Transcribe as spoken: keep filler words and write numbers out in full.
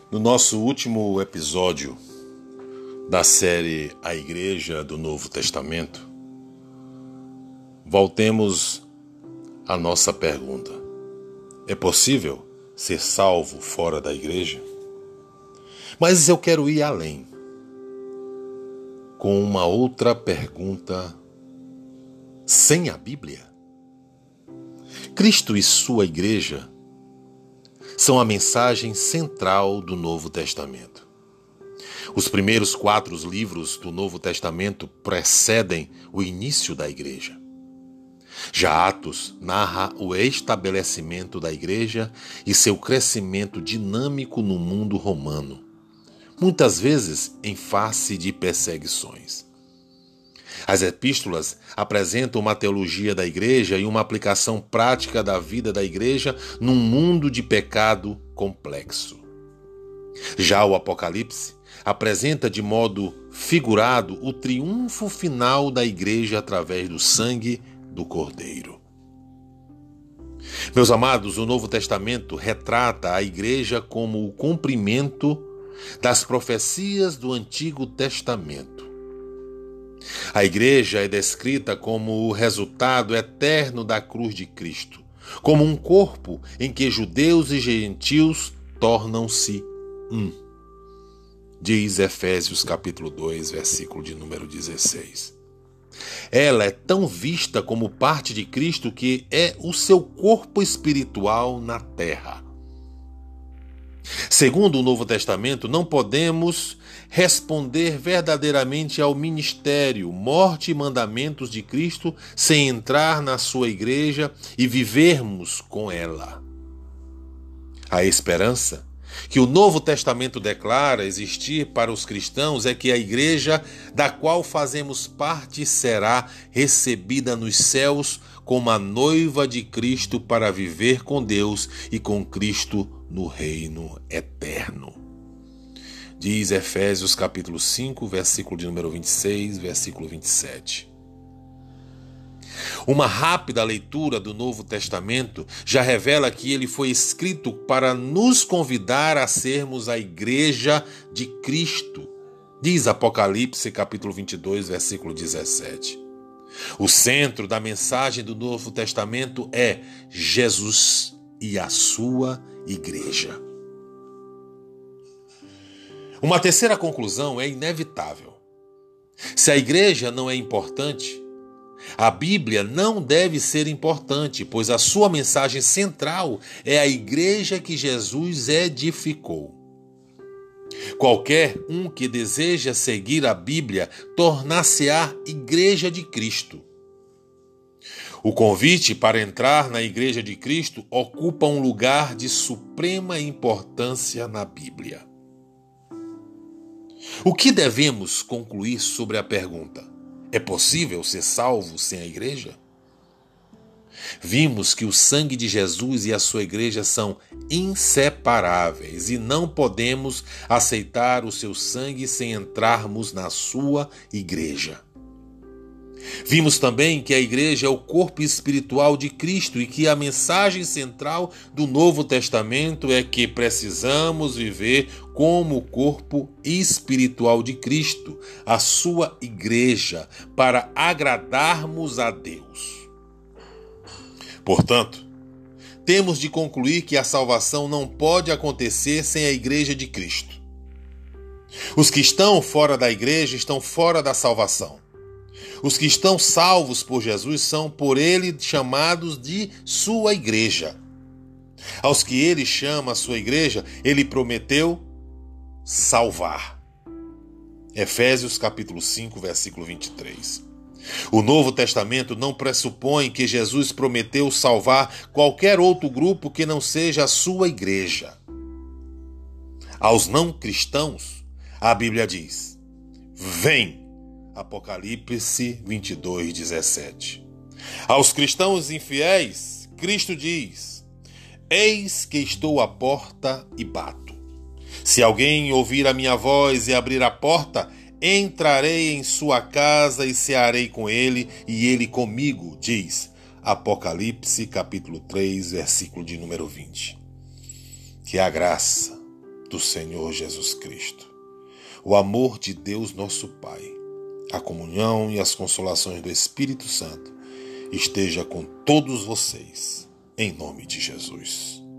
No nosso último episódio da série A Igreja do Novo Testamento, voltemos à nossa pergunta. É possível ser salvo fora da igreja? Mas eu quero ir além, com uma outra pergunta sem a Bíblia. Cristo e sua igreja são a mensagem central do Novo Testamento. Os primeiros quatro livros do Novo Testamento precedem o início da igreja. Já Atos narra o estabelecimento da igreja e seu crescimento dinâmico no mundo romano, muitas vezes em face de perseguições. As epístolas apresentam uma teologia da igreja e uma aplicação prática da vida da igreja num mundo de pecado complexo. Já o Apocalipse apresenta de modo figurado o triunfo final da igreja através do sangue do Cordeiro. Meus amados, o Novo Testamento retrata a igreja como o cumprimento das profecias do Antigo Testamento. A igreja é descrita como o resultado eterno da cruz de Cristo, como um corpo em que judeus e gentios tornam-se um. Diz Efésios capítulo dois, versículo de número dezesseis. Ela é tão vista como parte de Cristo que é o seu corpo espiritual na terra. Segundo o Novo Testamento, não podemos responder verdadeiramente ao ministério, morte e mandamentos de Cristo sem entrar na sua igreja e vivermos com ela. A esperança que o Novo Testamento declara existir para os cristãos é que a igreja da qual fazemos parte será recebida nos céus como a noiva de Cristo para viver com Deus e com Cristo no reino eterno. Diz Efésios capítulo cinco, versículo de número vinte e seis, versículo vinte e sete. Uma rápida leitura do Novo Testamento já revela que ele foi escrito para nos convidar a sermos a igreja de Cristo. Diz Apocalipse capítulo vinte e dois, versículo dezessete. O centro da mensagem do Novo Testamento é Jesus e a sua igreja. Uma terceira conclusão é inevitável. Se a igreja não é importante, a Bíblia não deve ser importante, pois a sua mensagem central é a igreja que Jesus edificou. Qualquer um que deseja seguir a Bíblia tornar-se-á igreja de Cristo. O convite para entrar na igreja de Cristo ocupa um lugar de suprema importância na Bíblia. O que devemos concluir sobre a pergunta: é possível ser salvo sem a igreja? Vimos que o sangue de Jesus e a sua igreja são inseparáveis e não podemos aceitar o seu sangue sem entrarmos na sua igreja. Vimos também que a igreja é o corpo espiritual de Cristo e que a mensagem central do Novo Testamento é que precisamos viver como o corpo espiritual de Cristo, a sua igreja, para agradarmos a Deus. Portanto, temos de concluir que a salvação não pode acontecer sem a igreja de Cristo. Os que estão fora da igreja estão fora da salvação. Os que estão salvos por Jesus são por ele chamados de sua igreja. Aos que ele chama a sua igreja, ele prometeu salvar. Efésios capítulo cinco, versículo vinte e três. O Novo Testamento não pressupõe que Jesus prometeu salvar qualquer outro grupo que não seja a sua igreja. Aos não cristãos, a Bíblia diz: vem. Apocalipse vinte e dois, dezessete. Aos cristãos infiéis, Cristo diz: eis que estou à porta e bato. Se alguém ouvir a minha voz e abrir a porta, entrarei em sua casa e cearei com ele e ele comigo, diz Apocalipse capítulo três, versículo de número vinte. Que a graça do Senhor Jesus Cristo, o amor de Deus nosso Pai, a comunhão e as consolações do Espírito Santo esteja com todos vocês, em nome de Jesus.